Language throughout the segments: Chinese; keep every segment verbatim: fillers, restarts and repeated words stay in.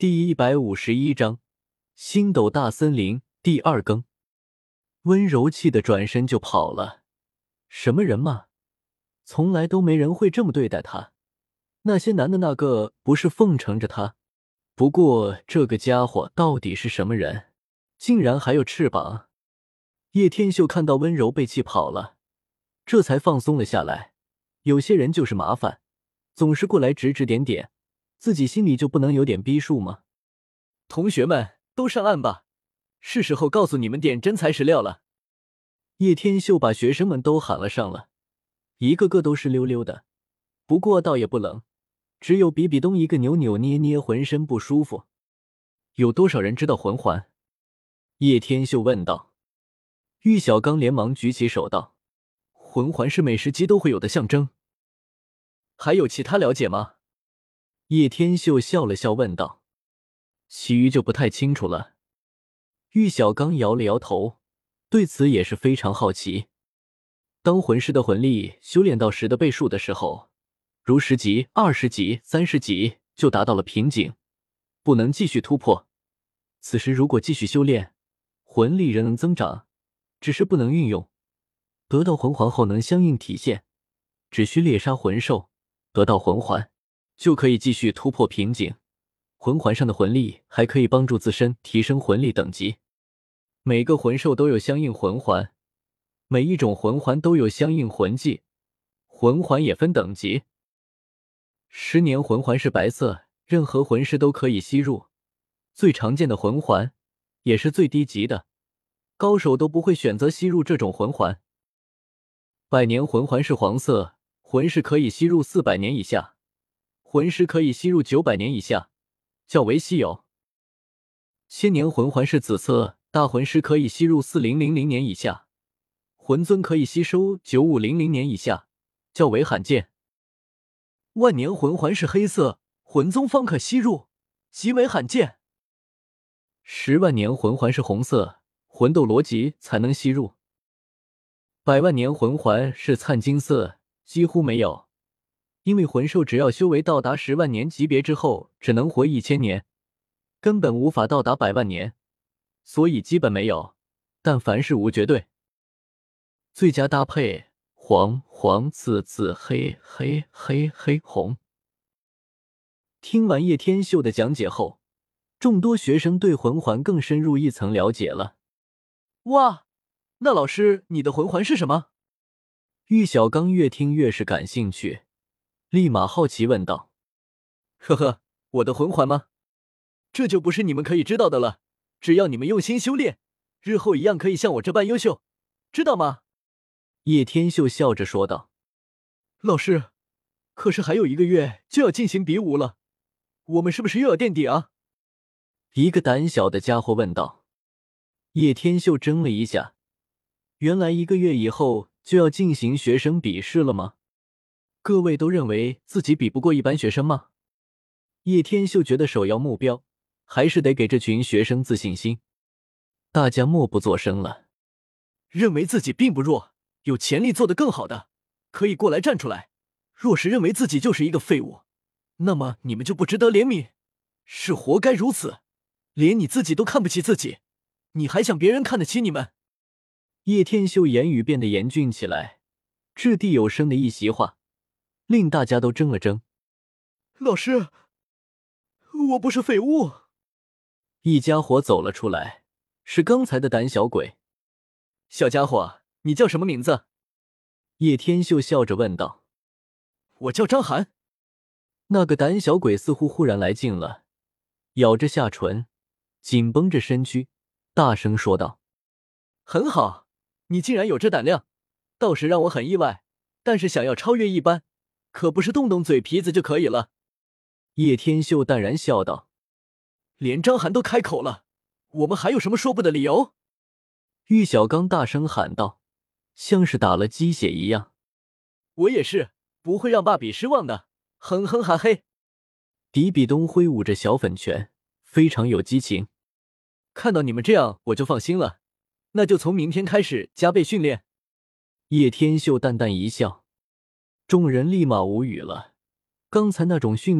第一百五十一章星斗大森林第二更。温柔气的转身就跑了。什么人嘛，从来都没人会这么对待他。那些男的那个不是奉承着他，不过这个家伙到底是什么人，竟然还有翅膀。叶天秀看到温柔被气跑了，这才放松了下来。有些人就是麻烦，总是过来指指点点，自己心里就不能有点逼数吗？同学们都上岸吧，是时候告诉你们点真材实料了。叶天秀把学生们都喊了上了，一个个都湿溜溜的，不过倒也不冷，只有比比东一个扭扭捏捏，浑身不舒服。有多少人知道魂环？叶天秀问道。玉小刚连忙举起手道，魂环是每十级都会有的象征。还有其他了解吗？叶天秀笑了笑问道。其余就不太清楚了。玉小刚摇了摇头，对此也是非常好奇。当魂师的魂力修炼到十的倍数的时候，如十级、二十级、三十级就达到了瓶颈，不能继续突破。此时如果继续修炼，魂力仍能增长，只是不能运用。得到魂环后能相应体现，只需猎杀魂兽，得到魂环，就可以继续突破瓶颈。魂环上的魂力还可以帮助自身提升魂力等级。每个魂兽都有相应魂环，每一种魂环都有相应魂技，魂环也分等级。十年魂环是白色，任何魂师都可以吸入，最常见的魂环，也是最低级的，高手都不会选择吸入这种魂环。百年魂环是黄色，魂师可以吸入四百年以下，魂师可以吸入九百年以下，较为稀有。千年魂环是紫色，大魂师可以吸入四零零零年以下，魂尊可以吸收九五零零年以下，较为罕见。万年魂环是黑色，魂宗方可吸入，极为罕见。十万年魂环是红色，魂斗罗级才能吸入。百万年魂环是灿金色，几乎没有，因为魂兽只要修为到达十万年级别之后，只能活一千年，根本无法到达百万年，所以基本没有，但凡事无绝对。最佳搭配黄黄紫紫黑黑黑黑红。听完叶天秀的讲解后，众多学生对魂环更深入一层了解了。哇，那老师你的魂环是什么？玉小刚越听越是感兴趣，立马好奇问道。呵呵，我的魂环吗？这就不是你们可以知道的了，只要你们用心修炼，日后一样可以像我这般优秀，知道吗？叶天秀笑着说道。老师，可是还有一个月就要进行比武了，我们是不是又要垫底啊？一个胆小的家伙问道。叶天秀怔了一下，原来一个月以后就要进行学生比试了吗？各位都认为自己比不过一般学生吗？叶天秀觉得首要目标还是得给这群学生自信心。大家默不作声了。认为自己并不弱，有潜力做得更好的，可以过来站出来。若是认为自己就是一个废物，那么你们就不值得怜悯，是活该如此。连你自己都看不起自己，你还想别人看得起你们？叶天秀言语变得严峻起来，掷地有声的一席话，令大家都怔了怔。老师，我不是废物。一家伙走了出来，是刚才的胆小鬼。小家伙，你叫什么名字？叶天秀笑着问道。我叫张涵。那个胆小鬼似乎忽然来劲了，咬着下唇，紧绷着身躯，大声说道。很好，你竟然有这胆量，倒是让我很意外，但是想要超越一般，可不是动动嘴皮子就可以了。叶天秀淡然笑道。连张涵都开口了，我们还有什么说不的理由？玉小刚大声喊道，像是打了鸡血一样。我也是，不会让爸比失望的，哼哼哈嘿。比比东挥舞着小粉拳，非常有激情。看到你们这样我就放心了，那就从明天开始加倍训练。叶天秀淡淡一笑，众人立马无语了。刚才那种训练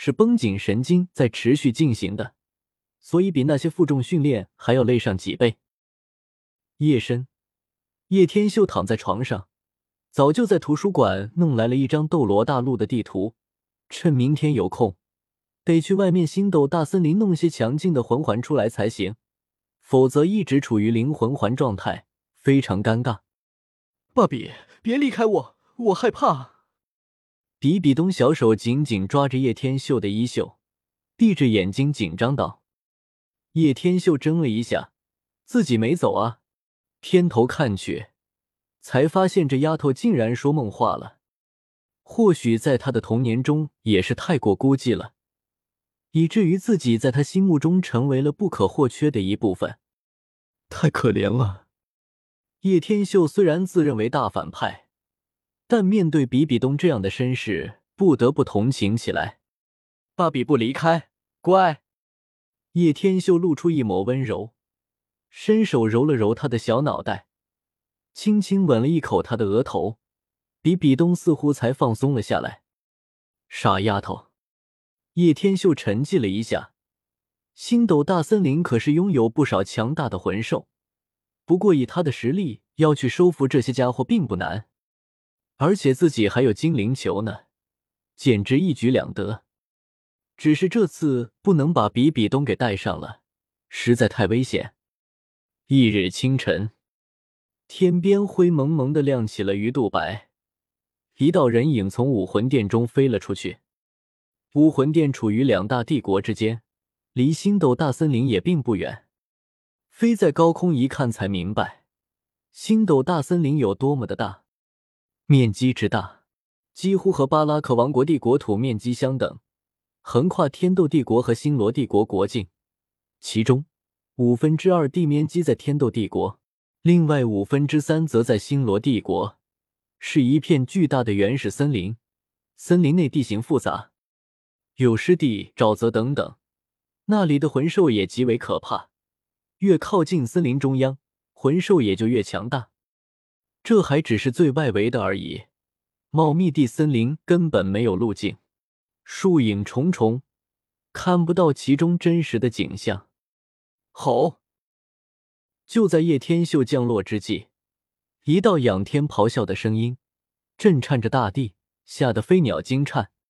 是绷紧神经在持续进行的，所以比那些负重训练还要累上几倍。夜深，叶天秀躺在床上，早就在图书馆弄来了一张斗罗大陆的地图，趁明天有空，得去外面星斗大森林弄些强劲的魂环出来才行，否则一直处于灵魂环状态，非常尴尬。 爸比，别离开我，我害怕。 比比东小手紧紧抓着叶天秀的衣袖，闭着眼睛紧张道。叶天秀怔了一下，自己没走啊，偏头看去，才发现这丫头竟然说梦话了。或许在他的童年中也是太过孤寂了，以至于自己在他心目中成为了不可或缺的一部分。 太可怜了。 叶天秀虽然自认为大反派，但面对比比东这样的绅士，不得不同情起来。 爸比不离开，乖。 叶天秀露出一抹温柔，伸手揉了揉他的小脑袋，轻轻吻了一口他的额头，比比东似乎才放松了下来。傻丫头。叶天秀沉寂了一下，星斗大森林可是拥有不少强大的魂兽，不过以他的实力要去收服这些家伙并不难，而且自己还有精灵球呢，简直一举两得。只是这次不能把比比东给带上了，实在太危险。翌日清晨，天边灰蒙蒙的亮起了鱼肚白，一道人影从武魂殿中飞了出去。武魂殿处于两大帝国之间，离星斗大森林也并不远。飞在高空一看才明白，星斗大森林有多么的大，面积之大，几乎和巴拉克王国地国土面积相等，横跨天斗帝国和星罗帝国国境，其中五分之二地面积在天斗帝国，另外五分之三则在星罗帝国，是一片巨大的原始森林。森林内地形复杂，有湿地、沼泽等等，那里的魂兽也极为可怕，越靠近森林中央，魂兽也就越强大。这还只是最外围的而已，茂密地森林根本没有路径，树影重重，看不到其中真实的景象。吼！就在叶天秀降落之际，一道仰天咆哮的声音震颤着大地，吓得飞鸟惊颤。